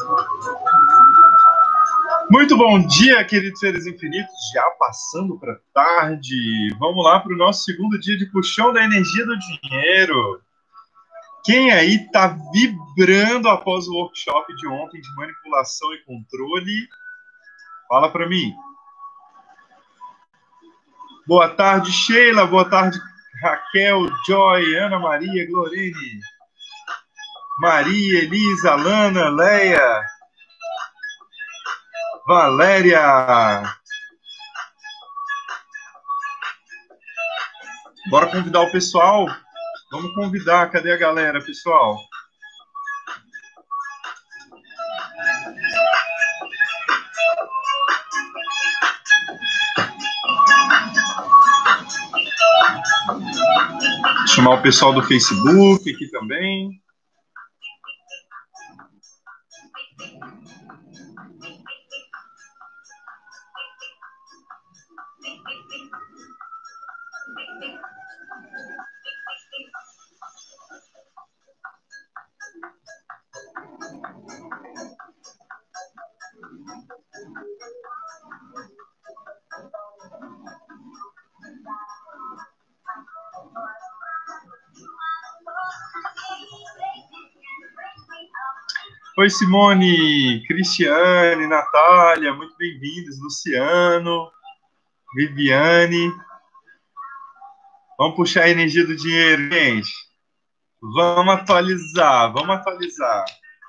Muito bom dia, queridos seres infinitos. Já passando para tarde. Vamos lá para o nosso segundo dia de puxão da energia do dinheiro. Quem aí está vibrando após o workshop de ontem de manipulação e controle? Fala para mim. Boa tarde, Sheila. Boa tarde, Raquel, Joy, Ana Maria, Glorine, Maria, Elisa, Lana, Leia, Valéria. Bora convidar o pessoal? Vamos convidar. Cadê a galera, pessoal? Chamar o pessoal do Facebook aqui também. Oi, Simone, Cristiane, Natália, muito bem-vindos. Luciano, Viviane. Vamos puxar a energia do dinheiro, gente. Vamos atualizar, vamos atualizar.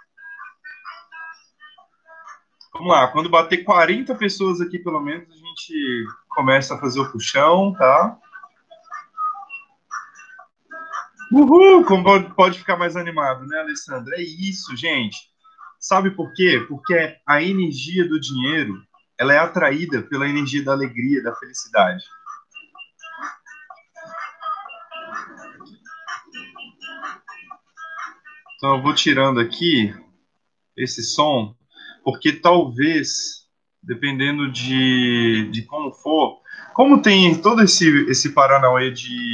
Vamos lá, quando bater 40 pessoas aqui, pelo menos, a gente começa a fazer o puxão, tá? Uhul! Como pode ficar mais animado, né, Alessandra? É isso, gente. Sabe por quê? Porque a energia do dinheiro, ela é atraída pela energia da alegria, da felicidade. Então eu vou tirando aqui esse som, porque talvez, dependendo de como for, como tem todo esse paranauê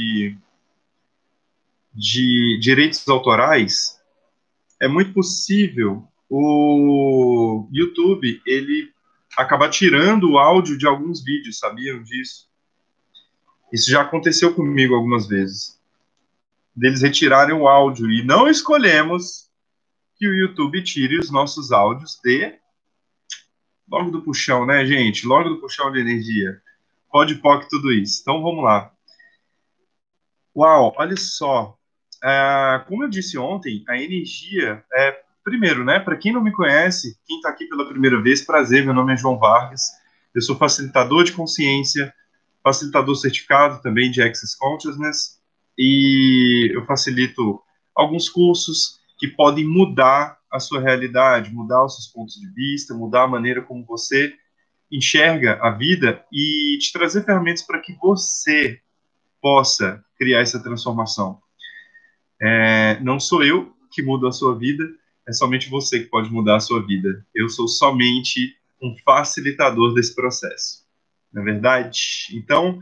de direitos autorais, é muito possível o YouTube ele acabar tirando o áudio de alguns vídeos, sabiam disso? Isso já aconteceu comigo algumas vezes. Deles retirarem o áudio e não escolhemos que o YouTube tire os nossos áudios logo do puxão, né, gente? Logo do puxão de energia. Pode POC tudo isso. Então vamos lá. Uau, olha só. Como eu disse ontem, a energia é. Primeiro, né? Para quem não me conhece, quem está aqui pela primeira vez, prazer, meu nome é João Vargas. Eu sou facilitador de consciência, facilitador certificado também de Access Consciousness, e eu facilito alguns cursos que podem mudar a sua realidade, mudar os seus pontos de vista, mudar a maneira como você enxerga a vida e te trazer ferramentas para que você possa criar essa transformação. Não sou eu que mudo a sua vida, é somente você que pode mudar a sua vida. Eu sou somente um facilitador desse processo. Não é verdade? Então,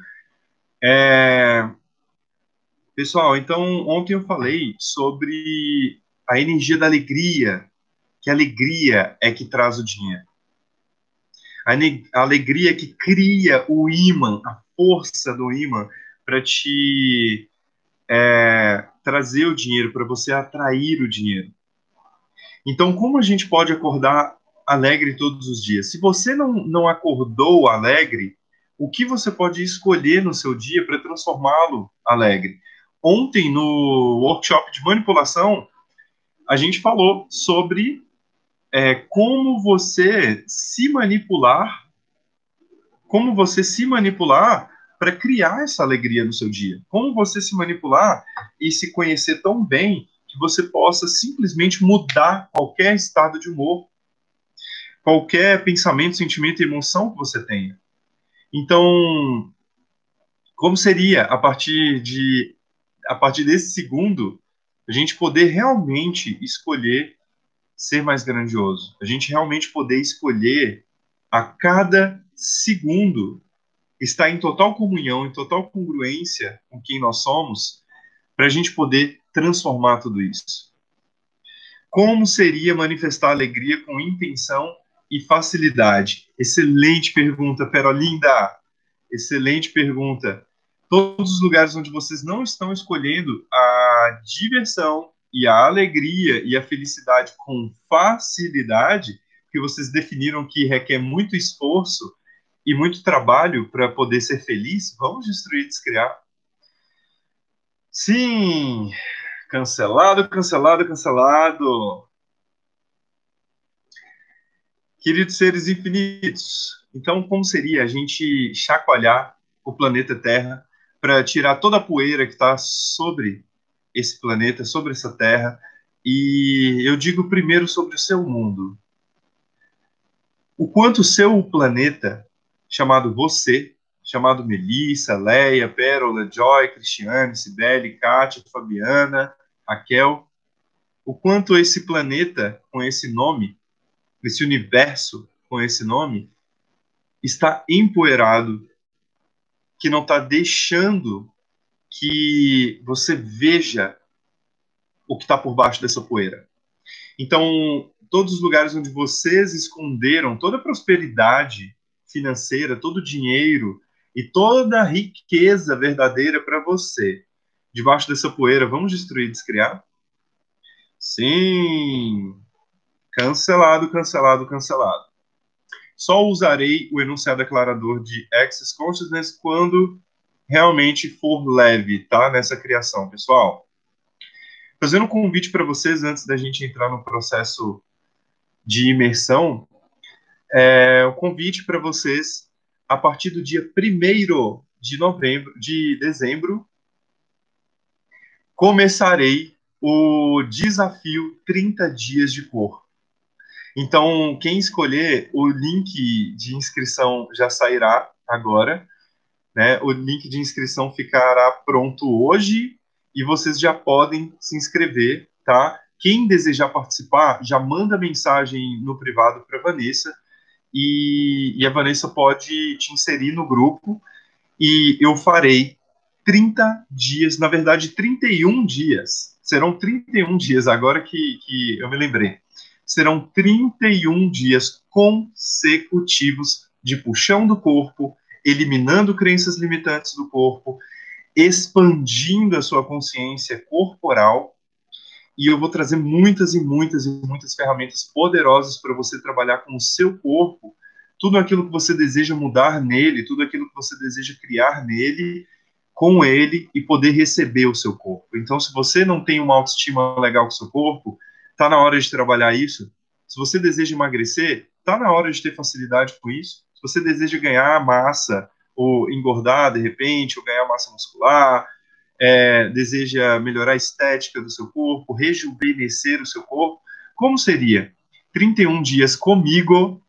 pessoal, então ontem eu falei sobre a energia da alegria, que a alegria é que traz o dinheiro. A alegria que cria o ímã, a força do ímã para te trazer o dinheiro, para você atrair o dinheiro. Então, como a gente pode acordar alegre todos os dias? Se você não acordou alegre, o que você pode escolher no seu dia para transformá-lo alegre? Ontem, no workshop de manipulação, a gente falou sobre como você se manipular, para criar essa alegria no seu dia. Como você se manipular e se conhecer tão bem que você possa simplesmente mudar qualquer estado de humor, qualquer pensamento, sentimento e emoção que você tenha. Então, como seria a partir desse segundo a gente poder realmente escolher ser mais grandioso, a gente realmente poder escolher a cada segundo estar em total comunhão, em total congruência com quem nós somos, para a gente poder transformar tudo isso. Como seria manifestar alegria com intenção e facilidade? Excelente pergunta, Perolinda. Excelente pergunta. Todos os lugares onde vocês não estão escolhendo a diversão e a alegria e a felicidade com facilidade, que vocês definiram que requer muito esforço e muito trabalho para poder ser feliz, vamos destruir e descriar. Sim, cancelado, cancelado, cancelado. Queridos seres infinitos, então como seria a gente chacoalhar o planeta Terra para tirar toda a poeira que está sobre esse planeta, sobre essa Terra? E eu digo primeiro sobre o seu mundo. O quanto o seu planeta, chamado você, chamado Melissa, Leia, Pérola, Joy, Cristiane, Cibele, Kátia, Fabiana, Raquel, o quanto esse planeta com esse nome, esse universo com esse nome, está empoeirado, que não está deixando que você veja o que está por baixo dessa poeira. Então, todos os lugares onde vocês esconderam toda a prosperidade financeira, todo o dinheiro e toda a riqueza verdadeira para você, debaixo dessa poeira, vamos destruir e descriar? Sim! Cancelado, cancelado, cancelado. Só usarei o enunciado declarador de Access Consciousness quando realmente for leve, tá? Nessa criação, pessoal. Fazendo um convite para vocês, antes da gente entrar no processo de imersão, o convite para vocês, a partir do dia 1º de dezembro, começarei o desafio 30 dias de cor. Então, quem escolher, o link de inscrição já sairá agora, né? O link de inscrição ficará pronto hoje e vocês já podem se inscrever, tá? Quem desejar participar, já manda mensagem no privado para a Vanessa e a Vanessa pode te inserir no grupo e eu farei 30 dias, na verdade 31 dias, serão 31 dias, agora que eu me lembrei, serão 31 dias consecutivos de puxão do corpo, eliminando crenças limitantes do corpo, expandindo a sua consciência corporal, e eu vou trazer muitas e muitas e muitas ferramentas poderosas para você trabalhar com o seu corpo, tudo aquilo que você deseja mudar nele, tudo aquilo que você deseja criar nele, com ele e poder receber o seu corpo. Então, se você não tem uma autoestima legal com o seu corpo, tá na hora de trabalhar isso. Se você deseja emagrecer, tá na hora de ter facilidade com isso. Se você deseja ganhar massa ou engordar de repente, ou ganhar massa muscular, deseja melhorar a estética do seu corpo, rejuvenescer o seu corpo, como seria? 31 dias comigo,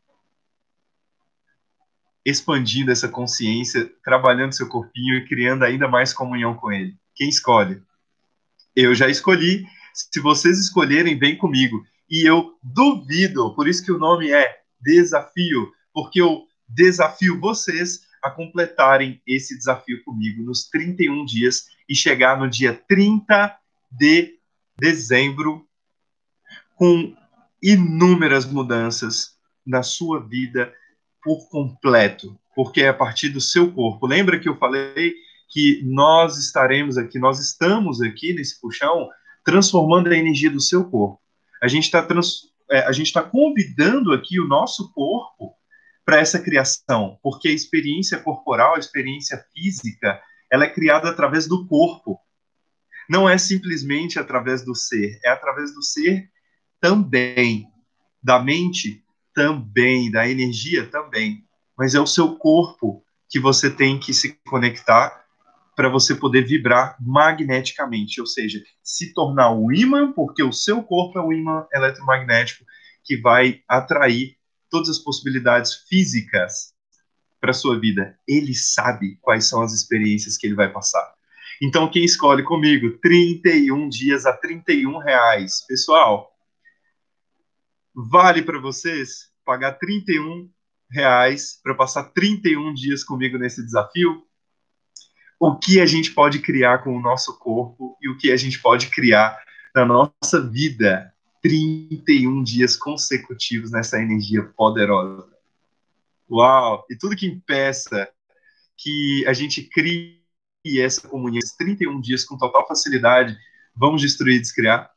expandindo essa consciência, trabalhando seu corpinho e criando ainda mais comunhão com ele. Quem escolhe? Eu já escolhi. Se vocês escolherem, vem comigo. E eu duvido, por isso que o nome é Desafio, porque eu desafio vocês a completarem esse desafio comigo nos 31 dias e chegar no dia 30 de dezembro com inúmeras mudanças na sua vida por completo, porque é a partir do seu corpo. Lembra que eu falei que nós estaremos aqui, nós estamos aqui nesse puxão transformando a energia do seu corpo. A gente está convidando aqui o nosso corpo para essa criação, porque a experiência corporal, a experiência física, ela é criada através do corpo. Não é simplesmente através do ser, é através do ser também, da mente também, da energia também, mas é o seu corpo que você tem que se conectar para você poder vibrar magneticamente, ou seja, se tornar um ímã, porque o seu corpo é um ímã eletromagnético que vai atrair todas as possibilidades físicas para sua vida. Ele sabe quais são as experiências que ele vai passar. Então, quem escolhe comigo? 31 dias a R$ 31. Pessoal, vale para vocês pagar R$ 31 para passar 31 dias comigo nesse desafio? O que a gente pode criar com o nosso corpo e o que a gente pode criar na nossa vida? 31 dias consecutivos nessa energia poderosa. Uau! E tudo que impeça que a gente crie essa comunhão, esses 31 dias com total facilidade, vamos destruir e descriar?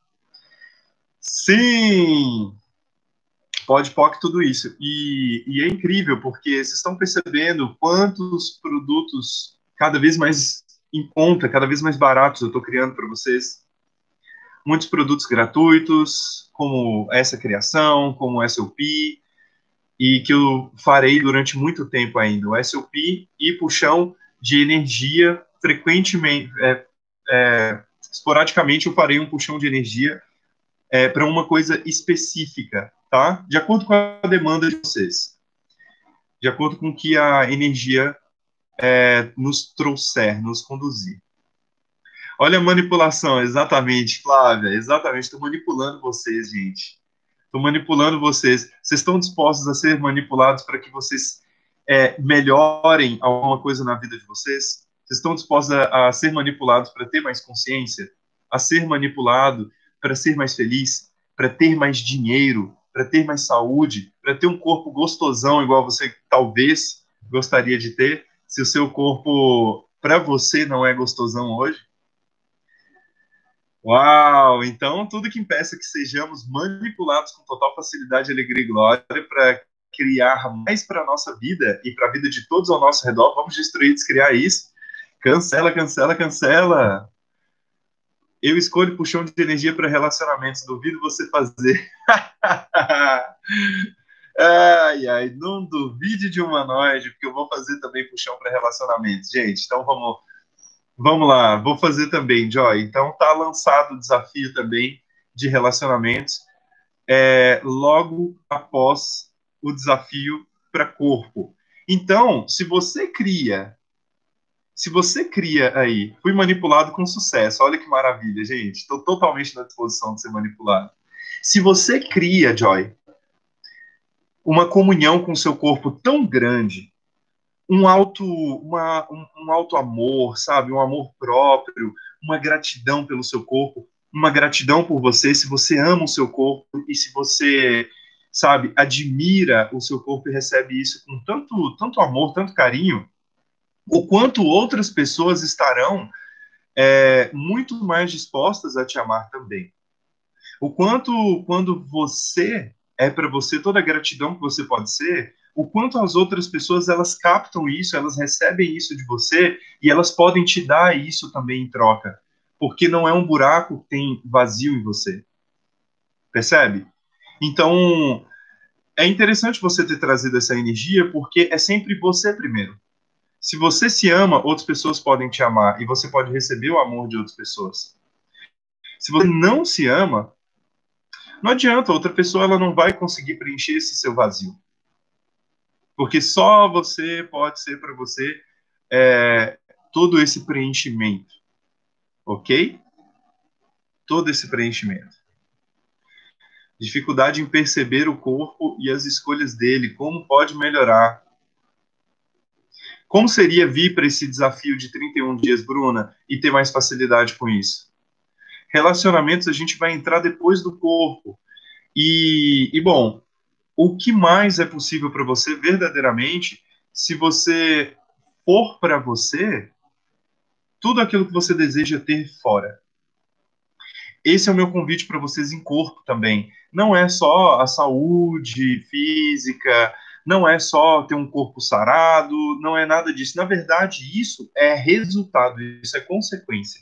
Sim! Pode POC tudo isso. E é incrível, porque vocês estão percebendo quantos produtos cada vez mais em conta, cada vez mais baratos eu estou criando para vocês. Muitos produtos gratuitos, como essa criação, como o SOP, e que eu farei durante muito tempo ainda. O SOP e puxão de energia frequentemente, esporadicamente eu farei um puxão de energia para uma coisa específica, tá? De acordo com a demanda de vocês, de acordo com o que a energia nos trouxer, nos conduzir. Olha a manipulação, exatamente, Flávia, exatamente, estou manipulando vocês, gente. Estou manipulando vocês. Vocês estão dispostos a ser manipulados para que vocês melhorem alguma coisa na vida de vocês? Vocês estão dispostos a ser manipulados para ter mais consciência? A ser manipulado para ser mais feliz? Para ter mais dinheiro? Para ter mais saúde? Para ter um corpo gostosão igual você talvez gostaria de ter? Se o seu corpo, para você, não é gostosão hoje? Uau! Então, tudo que impeça que sejamos manipulados com total facilidade, alegria e glória para criar mais para a nossa vida e para a vida de todos ao nosso redor, vamos destruir e descriar isso. Cancela, cancela, cancela. Eu escolho puxão de energia para relacionamentos. Duvido você fazer. Ai, ai, não duvide de humanoide, porque eu vou fazer também puxão para relacionamentos. Gente, então vamos lá, vou fazer também, Joy. Então tá lançado o desafio também de relacionamentos logo após o desafio para corpo. Então, se você cria aí, fui manipulado com sucesso, olha que maravilha, gente, estou totalmente na disposição de ser manipulado. Se você cria, Joy, uma comunhão com o seu corpo tão grande, um alto amor, sabe? Um amor próprio, uma gratidão pelo seu corpo, uma gratidão por você, se você ama o seu corpo e se você, sabe, admira o seu corpo e recebe isso com tanto amor, tanto carinho, o quanto outras pessoas estarão muito mais dispostas a te amar também. O quanto, quando você para você toda a gratidão que você pode ser, o quanto as outras pessoas elas captam isso, elas recebem isso de você e elas podem te dar isso também em troca, porque não é um buraco que tem vazio em você, percebe? Então é interessante você ter trazido essa energia, porque é sempre você primeiro. Se você se ama, outras pessoas podem te amar e você pode receber o amor de outras pessoas. Se você não se ama, não adianta, outra pessoa ela não vai conseguir preencher esse seu vazio. Porque só você pode ser para você todo esse preenchimento. Ok? Todo esse preenchimento. Dificuldade em perceber o corpo e as escolhas dele, como pode melhorar. Como seria vir para esse desafio de 31 dias, Bruna, e ter mais facilidade com isso? Relacionamentos a gente vai entrar depois do corpo. E bom, o que mais é possível para você verdadeiramente se você for para você tudo aquilo que você deseja ter fora. Esse é o meu convite para vocês em corpo também. Não é só a saúde física, não é só ter um corpo sarado, não é nada disso. Na verdade, isso é resultado, isso é consequência.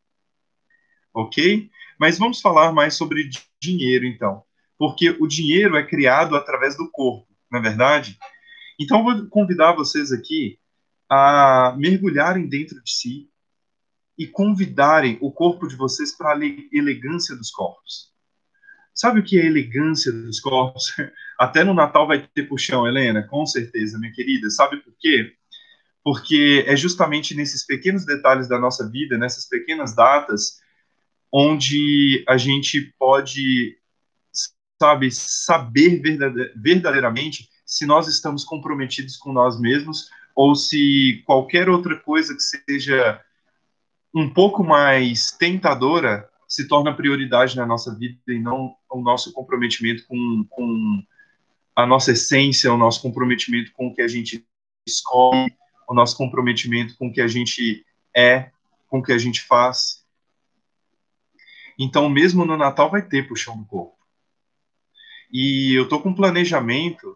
Ok? Mas vamos falar mais sobre dinheiro, então. Porque o dinheiro é criado através do corpo, não é verdade? Então, eu vou convidar vocês aqui a mergulharem dentro de si e convidarem o corpo de vocês para a elegância dos corpos. Sabe o que é elegância dos corpos? Até no Natal vai ter puxão, Helena, com certeza, minha querida. Sabe por quê? Porque é justamente nesses pequenos detalhes da nossa vida, nessas pequenas datas, onde a gente pode, sabe, saber verdadeiramente se nós estamos comprometidos com nós mesmos ou se qualquer outra coisa que seja um pouco mais tentadora, se torna prioridade na nossa vida e não o nosso comprometimento com a nossa essência, o nosso comprometimento com o que a gente escolhe, o nosso comprometimento com o que a gente é, com o que a gente faz. Então, mesmo no Natal vai ter puxão do corpo. E eu estou com planejamento,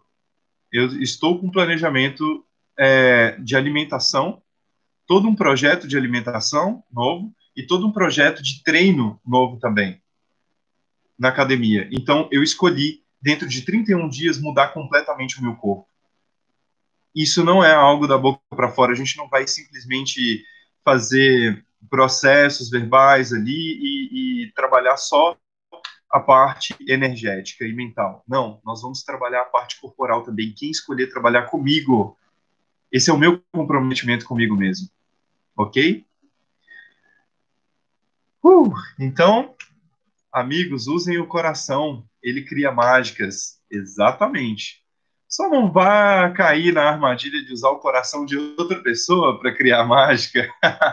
de alimentação, todo um projeto de alimentação novo e todo um projeto de treino novo também na academia. Então, eu escolhi, dentro de 31 dias, mudar completamente o meu corpo. Isso não é algo da boca para fora, a gente não vai simplesmente fazer processos verbais ali e trabalhar só a parte energética e mental. Não, nós vamos trabalhar a parte corporal também. Quem escolher trabalhar comigo, esse é o meu comprometimento comigo mesmo, ok? Então, amigos, usem o coração, ele cria mágicas, exatamente. Só não vá cair na armadilha de usar o coração de outra pessoa para criar mágica.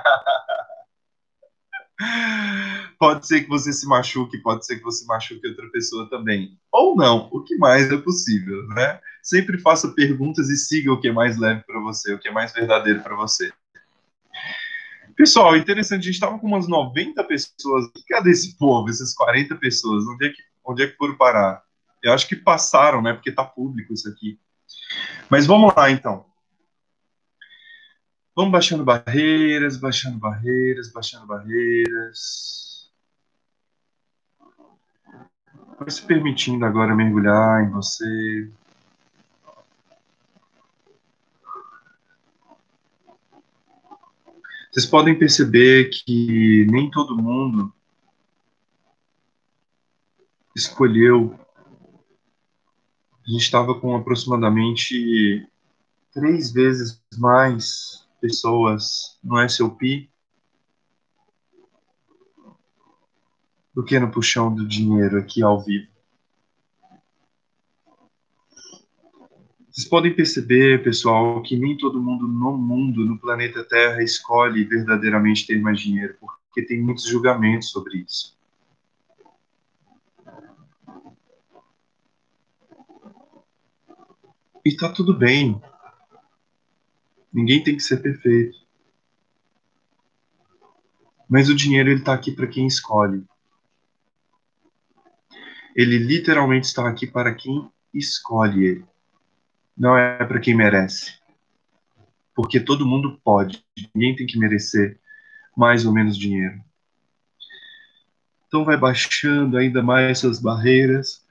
Pode ser que você se machuque, pode ser que você machuque outra pessoa também. Ou não, o que mais é possível, né? Sempre faça perguntas e siga o que é mais leve para você, o que é mais verdadeiro para você. Pessoal, interessante, a gente estava com umas 90 pessoas. Cadê esse povo, essas 40 pessoas? Onde é que foram parar? Eu acho que passaram, né? Porque está público isso aqui. Mas vamos lá, então. Vamos baixando barreiras, baixando barreiras, baixando barreiras. Vai se permitindo agora mergulhar em você. Vocês podem perceber que nem todo mundo escolheu. A gente estava com aproximadamente 3 vezes mais pessoas no SOP do que no puxão do dinheiro aqui ao vivo. Vocês podem perceber, pessoal, que nem todo mundo, no planeta Terra, escolhe verdadeiramente ter mais dinheiro, porque tem muitos julgamentos sobre isso. E tá tudo bem. Ninguém tem que ser perfeito. Mas o dinheiro, ele tá aqui para quem escolhe. Ele literalmente está aqui para quem escolhe ele. Não é para quem merece. Porque todo mundo pode. Ninguém tem que merecer mais ou menos dinheiro. Então vai baixando ainda mais suas barreiras,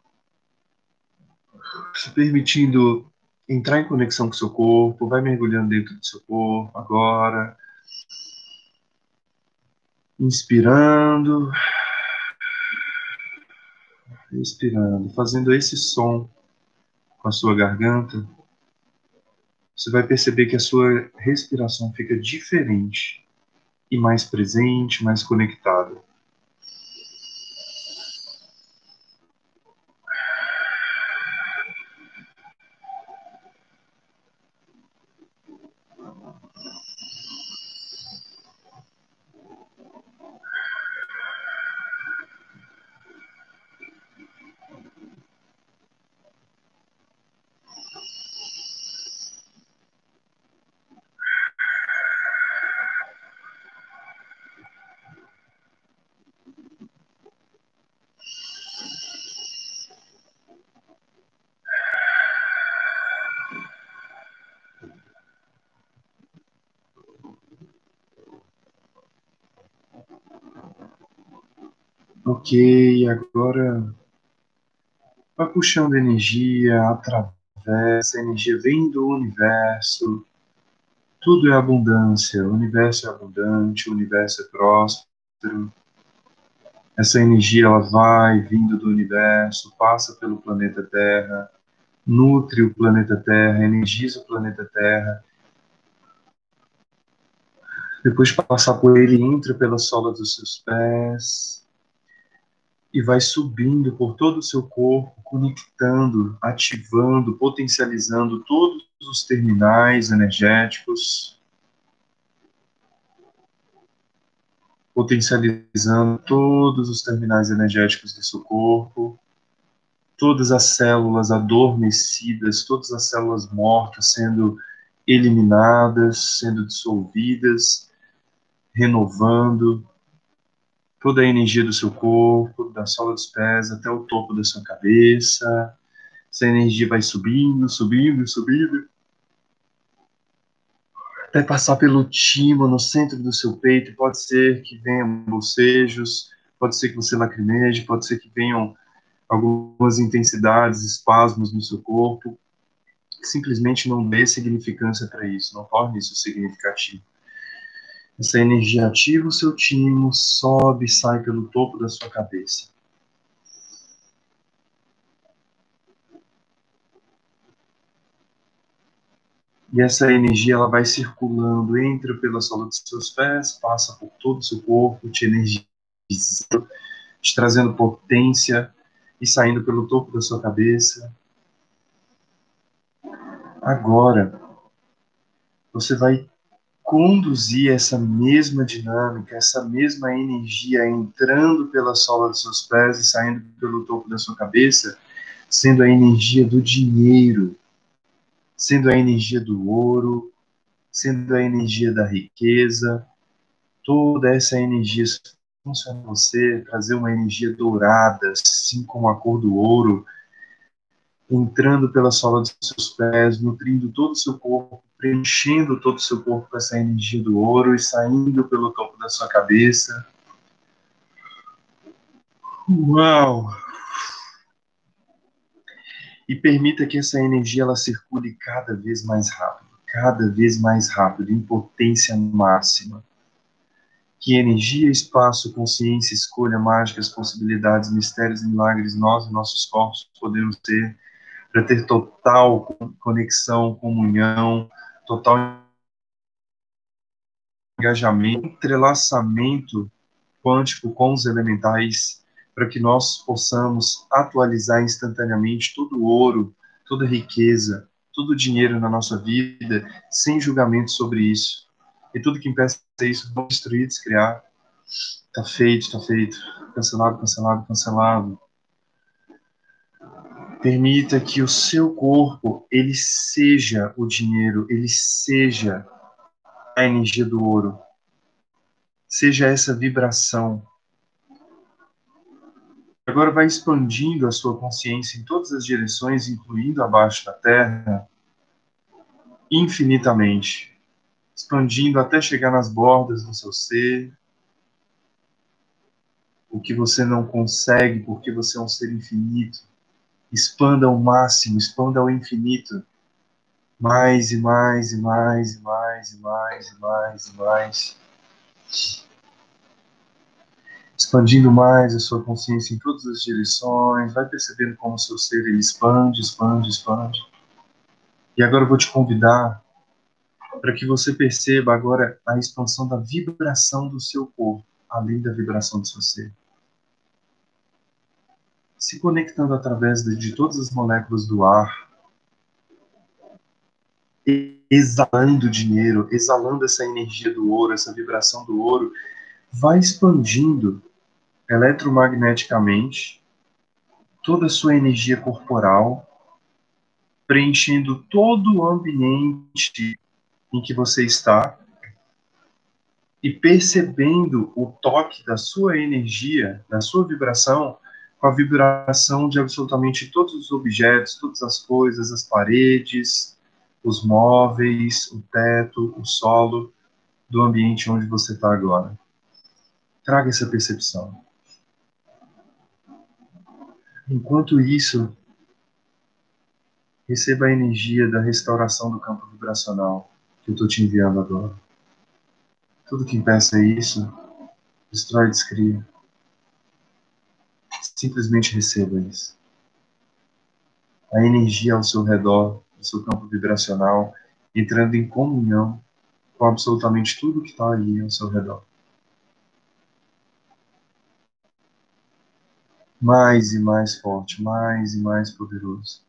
se permitindo entrar em conexão com o seu corpo, vai mergulhando dentro do seu corpo agora. Inspirando, expirando, fazendo esse som com a sua garganta. Você vai perceber que a sua respiração fica diferente e mais presente, mais conectada. Ok, agora vai puxando energia, atravessa, a energia vem do universo. Tudo é abundância, o universo é abundante, o universo é próspero. Essa energia ela vai vindo do universo, passa pelo planeta Terra, nutre o planeta Terra, energiza o planeta Terra. Depois de passar por ele, entra pela sola dos seus pés e vai subindo por todo o seu corpo, conectando, ativando, potencializando todos os terminais energéticos. potencializando todos os terminais energéticos do seu corpo, todas as células adormecidas, todas as células mortas sendo eliminadas, sendo dissolvidas, renovando toda a energia do seu corpo, da sola dos pés até o topo da sua cabeça. Essa energia vai subindo, subindo, subindo, até passar pelo timo no centro do seu peito. Pode ser que venham bocejos, pode ser que você lacrimeje, pode ser que venham algumas intensidades, espasmos no seu corpo. Simplesmente não dê significância para isso, não torne isso significativo. Essa energia ativa o seu timo, sobe e sai pelo topo da sua cabeça. E essa energia ela vai circulando, entra pela sola dos seus pés, passa por todo o seu corpo, te energizando, te trazendo potência e saindo pelo topo da sua cabeça. Agora, você vai conduzir essa mesma dinâmica, essa mesma energia entrando pela sola dos seus pés e saindo pelo topo da sua cabeça, sendo a energia do dinheiro, sendo a energia do ouro, sendo a energia da riqueza, toda essa energia funciona em você, trazer uma energia dourada, assim como a cor do ouro, entrando pela sola dos seus pés, nutrindo todo o seu corpo, preenchendo todo o seu corpo com essa energia do ouro e saindo pelo topo da sua cabeça. Uau! E permita que essa energia ela circule cada vez mais rápido, em potência máxima. Que energia, espaço, consciência, escolha, mágicas, possibilidades, mistérios e milagres nós e nossos corpos podemos ter para ter total conexão, comunhão, total engajamento, entrelaçamento quântico com os elementais, para que nós possamos atualizar instantaneamente todo o ouro, toda a riqueza, todo o dinheiro na nossa vida, sem julgamento sobre isso. E tudo que impeça isso, vamos destruir, descriar. Tá feito, tá feito. Cancelado, cancelado, cancelado. Permita que o seu corpo, ele seja o dinheiro, ele seja a energia do ouro. Seja essa vibração. Agora vai expandindo a sua consciência em todas as direções, incluindo abaixo da terra, infinitamente. Expandindo até chegar nas bordas do seu ser. O que você não consegue, porque você é um ser infinito. Expanda ao máximo, expanda ao infinito. Mais e mais e mais e mais e mais e mais e mais. Expandindo mais a sua consciência em todas as direções. Vai percebendo como o seu ser ele expande, expande, expande. E agora eu vou te convidar para que você perceba agora a expansão da vibração do seu corpo, além da vibração do seu ser. Se conectando através de todas as moléculas do ar, exalando dinheiro, exalando essa energia do ouro, essa vibração do ouro, vai expandindo eletromagneticamente toda a sua energia corporal, preenchendo todo o ambiente em que você está e percebendo o toque da sua energia, da sua vibração, com a vibração de absolutamente todos os objetos, todas as coisas, as paredes, os móveis, o teto, o solo do ambiente onde você está agora. Traga essa percepção. Enquanto isso, receba a energia da restauração do campo vibracional que eu estou te enviando agora. Tudo que impeça isso, destrói e descria. Simplesmente receba isso. A energia ao seu redor, do seu campo vibracional, entrando em comunhão com absolutamente tudo que está ali ao seu redor. Mais e mais forte, mais e mais poderoso.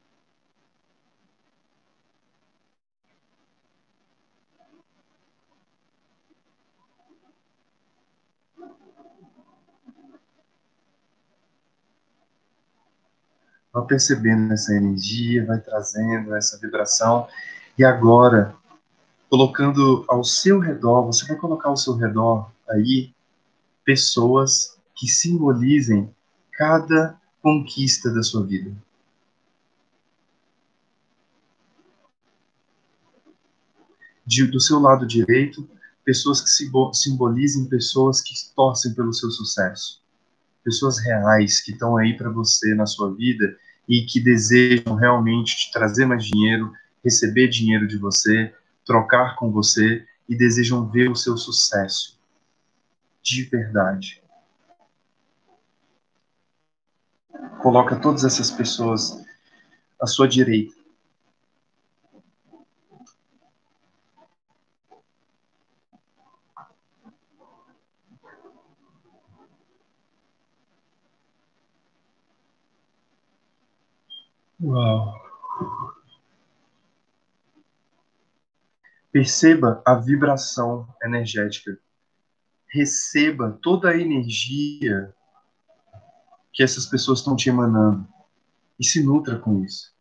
Vai percebendo essa energia, vai trazendo essa vibração. E agora, colocando ao seu redor, você vai colocar ao seu redor aí pessoas que simbolizem cada conquista da sua vida. Do seu lado direito, pessoas que simbolizem pessoas que torcem pelo seu sucesso. Pessoas reais que estão aí para você na sua vida e que desejam realmente te trazer mais dinheiro, receber dinheiro de você, trocar com você e desejam ver o seu sucesso de verdade. Coloca todas essas pessoas à sua direita. Uau. Perceba a vibração energética. Receba toda a energia que essas pessoas estão te emanando e se nutra com isso.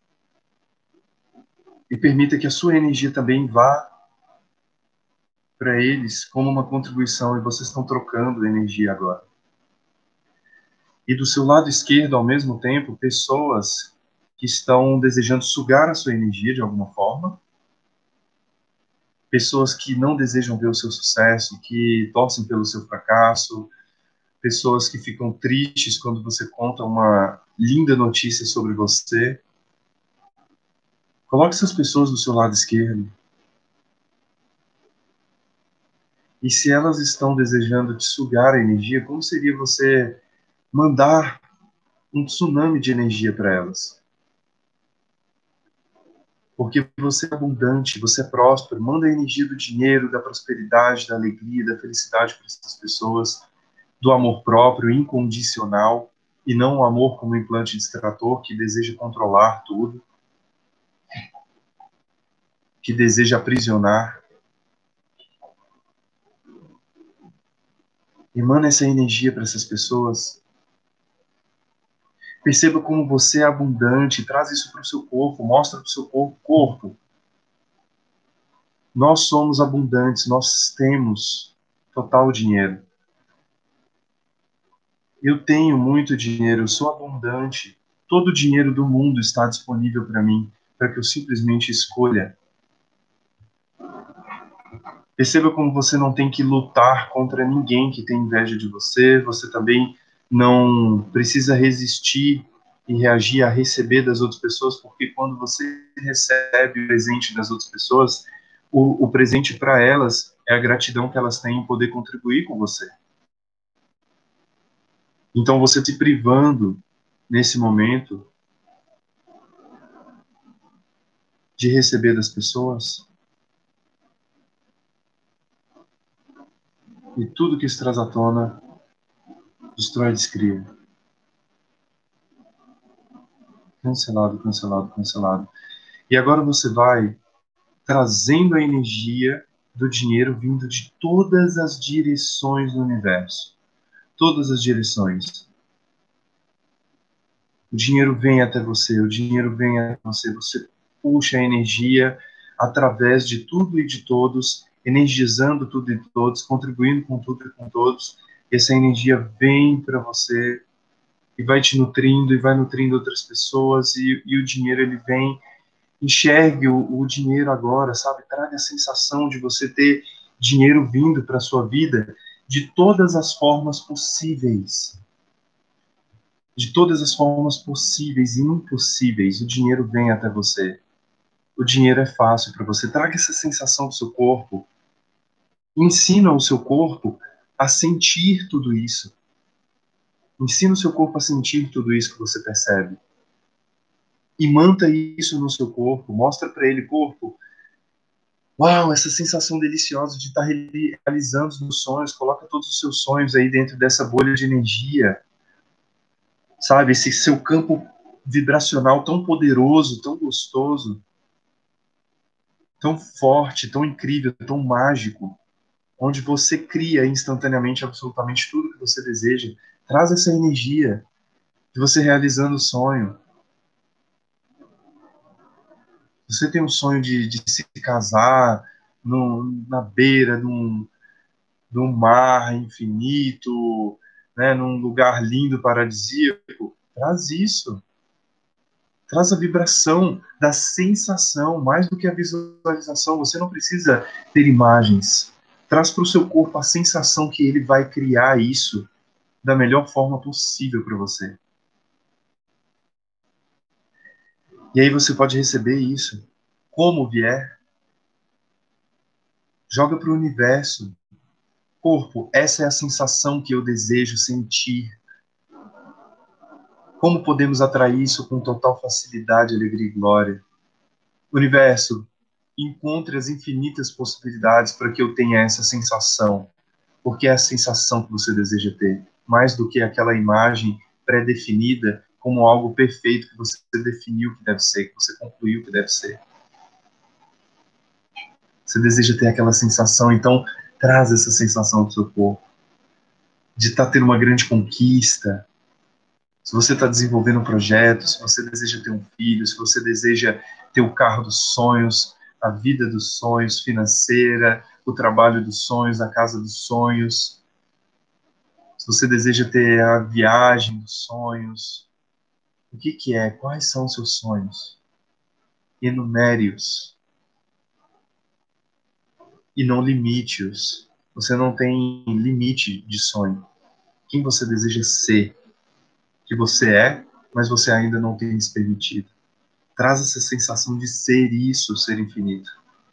E permita que a sua energia também vá para eles como uma contribuição e vocês estão trocando energia agora. E do seu lado esquerdo, ao mesmo tempo, pessoas que estão desejando sugar a sua energia de alguma forma, pessoas que não desejam ver o seu sucesso, que torcem pelo seu fracasso, pessoas que ficam tristes quando você conta uma linda notícia sobre você. Coloque essas pessoas do seu lado esquerdo. E se elas estão desejando te sugar a energia, como seria você mandar um tsunami de energia para elas? Porque você é abundante, você é próspero, manda a energia do dinheiro, da prosperidade, da alegria, da felicidade para essas pessoas, do amor próprio, incondicional, e não o amor como implante distrator que deseja controlar tudo, que deseja aprisionar. Emana essa energia para essas pessoas. Perceba como você é abundante, traz isso para o seu corpo, mostra para o seu corpo. Nós somos abundantes, nós temos total dinheiro. Eu tenho muito dinheiro, eu sou abundante. Todo o dinheiro do mundo está disponível para mim, para que eu simplesmente escolha. Perceba como você não tem que lutar contra ninguém que tem inveja de você, você também não precisa resistir e reagir a receber das outras pessoas, porque quando você recebe o presente das outras pessoas, o presente para elas é a gratidão que elas têm em poder contribuir com você. Então você se privando nesse momento de receber das pessoas, e tudo que se traz à tona destrói e descria. Cancelado, cancelado, cancelado. E agora você vai trazendo a energia do dinheiro vindo de todas as direções do universo. Todas as direções. O dinheiro vem até você, o dinheiro vem até você. Você puxa a energia através de tudo e de todos, energizando tudo e todos, contribuindo com tudo e com todos. Essa energia vem para você e vai te nutrindo e vai nutrindo outras pessoas e o dinheiro ele vem. Enxergue o dinheiro agora, sabe? Traga a sensação de você ter dinheiro vindo para sua vida de todas as formas possíveis. De todas as formas possíveis e impossíveis, o dinheiro vem até você. O dinheiro é fácil para você. Traga essa sensação do seu corpo. Ensina o seu corpo a sentir tudo isso. Ensina o seu corpo a sentir tudo isso que você percebe. E manta isso no seu corpo. Mostra para ele, corpo, uau, essa sensação deliciosa de estar realizando os meus sonhos. Coloca todos os seus sonhos aí dentro dessa bolha de energia. Sabe, esse seu campo vibracional tão poderoso, tão gostoso, tão forte, tão incrível, tão mágico, onde você cria instantaneamente absolutamente tudo que você deseja. Traz essa energia de você realizando o sonho. Você tem um sonho de se casar na beira de um mar infinito, né, num lugar lindo, paradisíaco. Traz isso. Traz a vibração da sensação, mais do que a visualização. Você não precisa ter imagens. Traz para o seu corpo a sensação que ele vai criar isso da melhor forma possível para você. E aí você pode receber isso como vier. Joga para o universo. Corpo, essa é a sensação que eu desejo sentir. Como podemos atrair isso com total facilidade, alegria e glória? Universo, encontre as infinitas possibilidades para que eu tenha essa sensação. Porque é a sensação que você deseja ter, mais do que aquela imagem pré-definida como algo perfeito que você definiu que deve ser, que você concluiu que deve ser. Você deseja ter aquela sensação, então traz essa sensação do seu corpo, de estar tendo uma grande conquista. Se você está desenvolvendo um projeto, se você deseja ter um filho, se você deseja ter o carro dos sonhos, a vida dos sonhos financeira, o trabalho dos sonhos, a casa dos sonhos, se você deseja ter a viagem dos sonhos, o que que é? Quais são os seus sonhos? Enumere-os e não limite-os. Você não tem limite de sonho. Quem você deseja ser, que você é, mas você ainda não tem se permitido. Traz essa sensação de ser isso, ser infinito.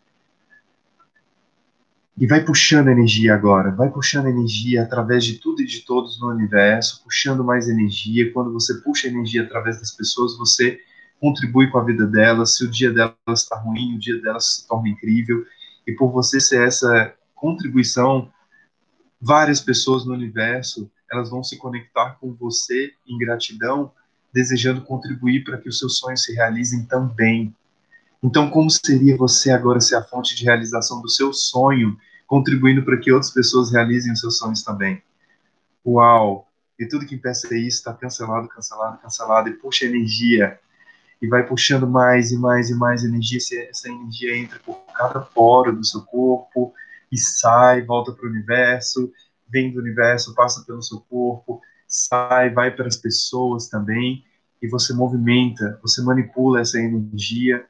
E vai puxando energia agora, vai puxando energia através de tudo e de todos no universo, puxando mais energia. Quando você puxa energia através das pessoas, você contribui com a vida delas. Se o dia delas está ruim, o dia delas se torna incrível. E por você ser essa contribuição, várias pessoas no universo, elas vão se conectar com você em gratidão, desejando contribuir para que os seus sonhos se realizem também. Então, como seria você agora ser a fonte de realização do seu sonho, contribuindo para que outras pessoas realizem os seus sonhos também? Uau! E tudo que impeça isso está cancelado, cancelado, cancelado, e puxa energia, e vai puxando mais e mais e mais energia. Essa energia entra por cada poro do seu corpo, e sai, volta para o universo, vem do universo, passa pelo seu corpo, sai, vai para as pessoas também, e você movimenta, você manipula essa energia.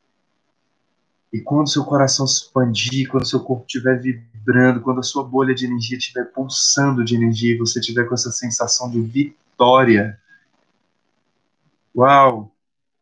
E quando seu coração se expandir, quando seu corpo estiver vibrando, quando a sua bolha de energia estiver pulsando de energia, e você estiver com essa sensação de vitória, uau,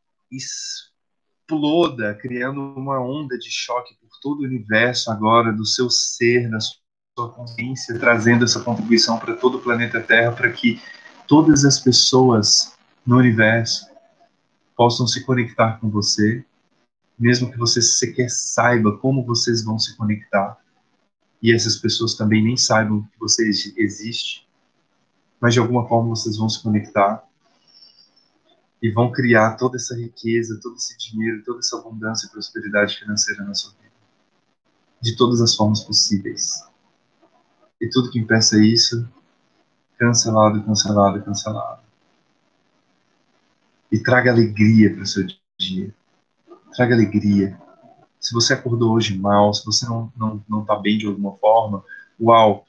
exploda, criando uma onda de choque por todo o universo agora, do seu ser, da sua consciência, trazendo essa contribuição para todo o planeta Terra, para que todas as pessoas no universo possam se conectar com você, mesmo que você sequer saiba como vocês vão se conectar, e essas pessoas também nem saibam que você existe, mas de alguma forma vocês vão se conectar e vão criar toda essa riqueza, todo esse dinheiro, toda essa abundância e prosperidade financeira na sua vida, de todas as formas possíveis. E tudo que impeça isso, cancelado, cancelado, cancelado. E traga alegria para o seu dia. Traga alegria. Se você acordou hoje mal, se você não tá bem de alguma forma, uau,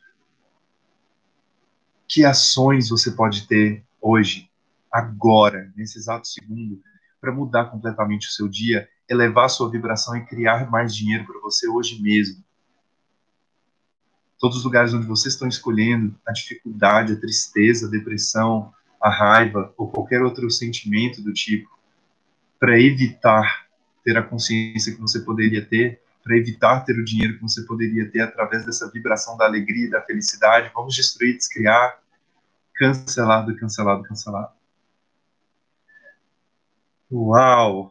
que ações você pode ter hoje, agora, nesse exato segundo, para mudar completamente o seu dia, elevar a sua vibração e criar mais dinheiro para você hoje mesmo. Todos os lugares onde vocês estão escolhendo a dificuldade, a tristeza, a depressão, a raiva ou qualquer outro sentimento do tipo, para evitar ter a consciência que você poderia ter, para evitar ter o dinheiro que você poderia ter através dessa vibração da alegria e da felicidade, vamos destruir, descriar, cancelado, cancelado, cancelado. Uau!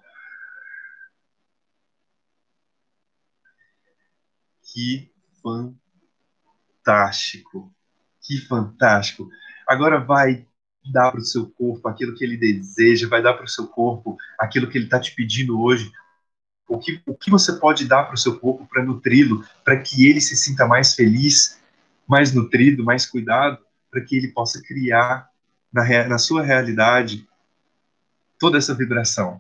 Que fantástico! Que fantástico! Agora vai dar para o seu corpo aquilo que ele deseja, vai dar para o seu corpo aquilo que ele está te pedindo hoje. O que você pode dar para o seu corpo para nutri-lo, para que ele se sinta mais feliz, mais nutrido, mais cuidado, para que ele possa criar na sua realidade toda essa vibração.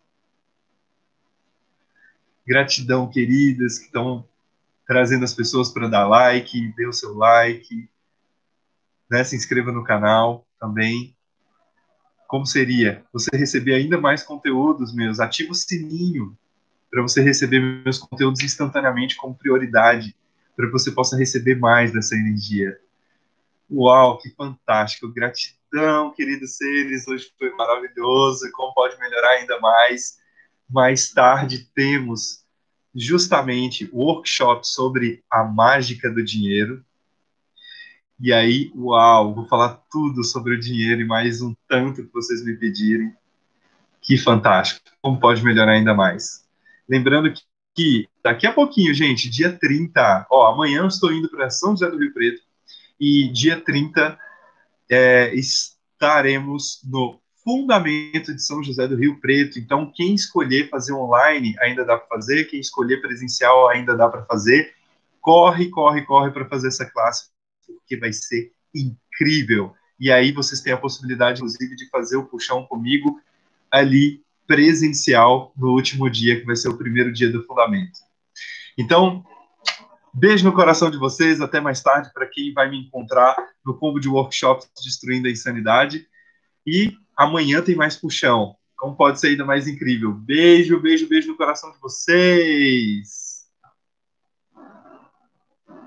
Gratidão, queridas, que estão trazendo as pessoas para dar like, dê o seu like, né? Se inscreva no canal também. Como seria você receber ainda mais conteúdos meus? Ativa o sininho para você receber meus conteúdos instantaneamente como prioridade, para que você possa receber mais dessa energia. Uau, que fantástico! Gratidão, queridos seres, hoje foi maravilhoso. Como pode melhorar ainda mais? Mais tarde temos justamente o workshop sobre a mágica do dinheiro. E aí, uau, vou falar tudo sobre o dinheiro e mais um tanto que vocês me pedirem. Que fantástico! Como pode melhorar ainda mais? Lembrando que daqui a pouquinho, gente, dia 30, amanhã eu estou indo para São José do Rio Preto e dia 30 estaremos no Fundamento de São José do Rio Preto. Então, quem escolher fazer online ainda dá para fazer, quem escolher presencial ainda dá para fazer. Corre, corre, corre para fazer essa classe, porque vai ser incrível. E aí vocês têm a possibilidade, inclusive, de fazer o puxão comigo ali presencial no último dia, que vai ser o primeiro dia do Fundamento. Então, beijo no coração de vocês, até mais tarde para quem vai me encontrar no combo de workshops Destruindo a Insanidade. E amanhã tem mais puxão. Como pode ser ainda mais incrível? Beijo, beijo, beijo no coração de vocês!